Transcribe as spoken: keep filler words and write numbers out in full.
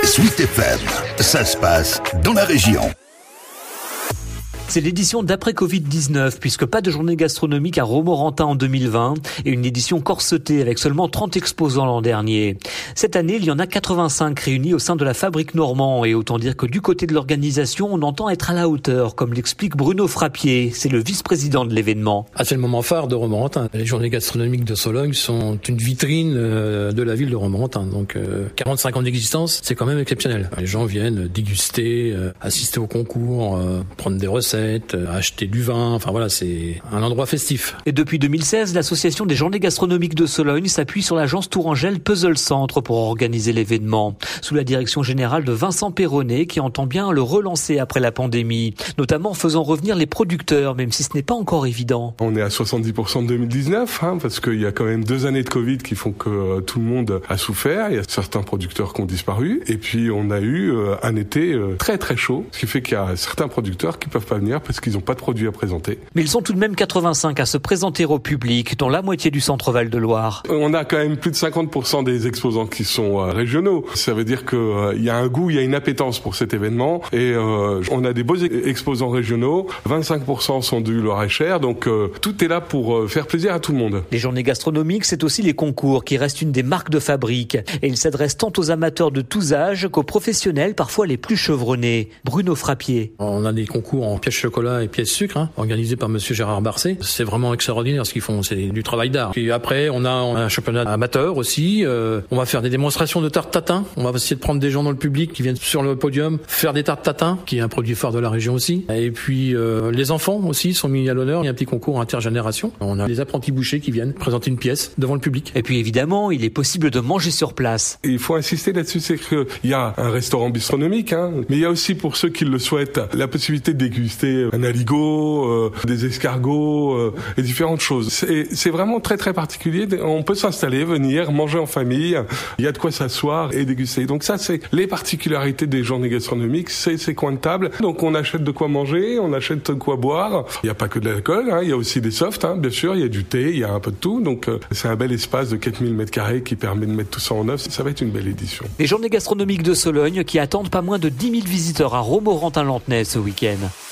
Sweet F M, ça se passe dans la région. C'est l'édition d'après-covid dix-neuf, puisque pas de journée gastronomique à Romorantin en deux mille vingt et une édition corsetée avec seulement trente exposants l'an dernier. Cette année, il y en a quatre-vingt-cinq réunis au sein de la Fabrique Normand et autant dire que du côté de l'organisation, on entend être à la hauteur, comme l'explique Bruno Frappier, c'est le vice-président de l'événement. Ah, c'est le moment phare de Romorantin. Les journées gastronomiques de Sologne sont une vitrine de la ville de Romorantin. Donc quarante-cinq ans d'existence, c'est quand même exceptionnel. Les gens viennent déguster, assister au concours, prendre des recettes, acheter du vin, enfin voilà, c'est un endroit festif. Et depuis deux mille seize, l'association des journées gastronomiques de Sologne s'appuie sur l'agence Tourangelle Puzzle Centre pour organiser l'événement, sous la direction générale de Vincent Perronnet qui entend bien le relancer après la pandémie, notamment en faisant revenir les producteurs, même si ce n'est pas encore évident. On est à soixante-dix pour cent de deux mille dix-neuf, hein, parce qu'il y a quand même deux années de Covid qui font que euh, tout le monde a souffert, il y a certains producteurs qui ont disparu, et puis on a eu euh, un été euh, très très chaud, ce qui fait qu'il y a certains producteurs qui peuvent pas venir parce qu'ils n'ont pas de produits à présenter. Mais ils sont tout de même quatre-vingt-cinq à se présenter au public, dont la moitié du centre Val-de-Loire. On a quand même plus de cinquante pour cent des exposants qui sont euh, régionaux. Ça veut dire qu'il euh, y a un goût, il y a une appétence pour cet événement. Et euh, on a des beaux exposants régionaux. vingt-cinq pour cent sont du Loir-et-Cher. Donc euh, tout est là pour euh, faire plaisir à tout le monde. Les journées gastronomiques, c'est aussi les concours qui restent une des marques de fabrique. Et ils s'adressent tant aux amateurs de tous âges qu'aux professionnels, parfois les plus chevronnés. Bruno Frappier. On a des concours en pièces chocolat et pièces sucre, hein, organisés par monsieur Gérard Barcet. C'est vraiment extraordinaire ce qu'ils font, c'est du travail d'art. Puis après, on a un championnat amateur aussi. Euh, on va faire des démonstrations de tartes tatin. On va essayer de prendre des gens dans le public qui viennent sur le podium faire des tartes tatin, qui est un produit phare de la région aussi. Et puis euh, les enfants aussi sont mis à l'honneur. Il y a un petit concours intergénération. On a des apprentis bouchers qui viennent présenter une pièce devant le public. Et puis évidemment, il est possible de manger sur place. Et il faut insister là-dessus, c'est qu'il y a un restaurant bistronomique, hein, mais il y a aussi pour ceux qui le souhaitent la possibilité de déguster un aligot, euh, des escargots euh, et différentes choses. C'est, c'est vraiment très très particulier. On peut s'installer, venir, manger en famille. Il y a de quoi s'asseoir et déguster. Donc ça, c'est les particularités des journées gastronomiques, c'est ces coins de table. Donc on achète de quoi manger, on achète de quoi boire. Il n'y a pas que de l'alcool, hein, il y a aussi des softs, hein, bien sûr. Il y a du thé, il y a un peu de tout. Donc euh, c'est un bel espace de quatre mille mètres carrés qui permet de mettre tout ça en œuvre. Ça va être une belle édition. Les journées gastronomiques de Sologne qui attendent pas moins de dix mille visiteurs à Romorantin-Lanthenay ce week-end.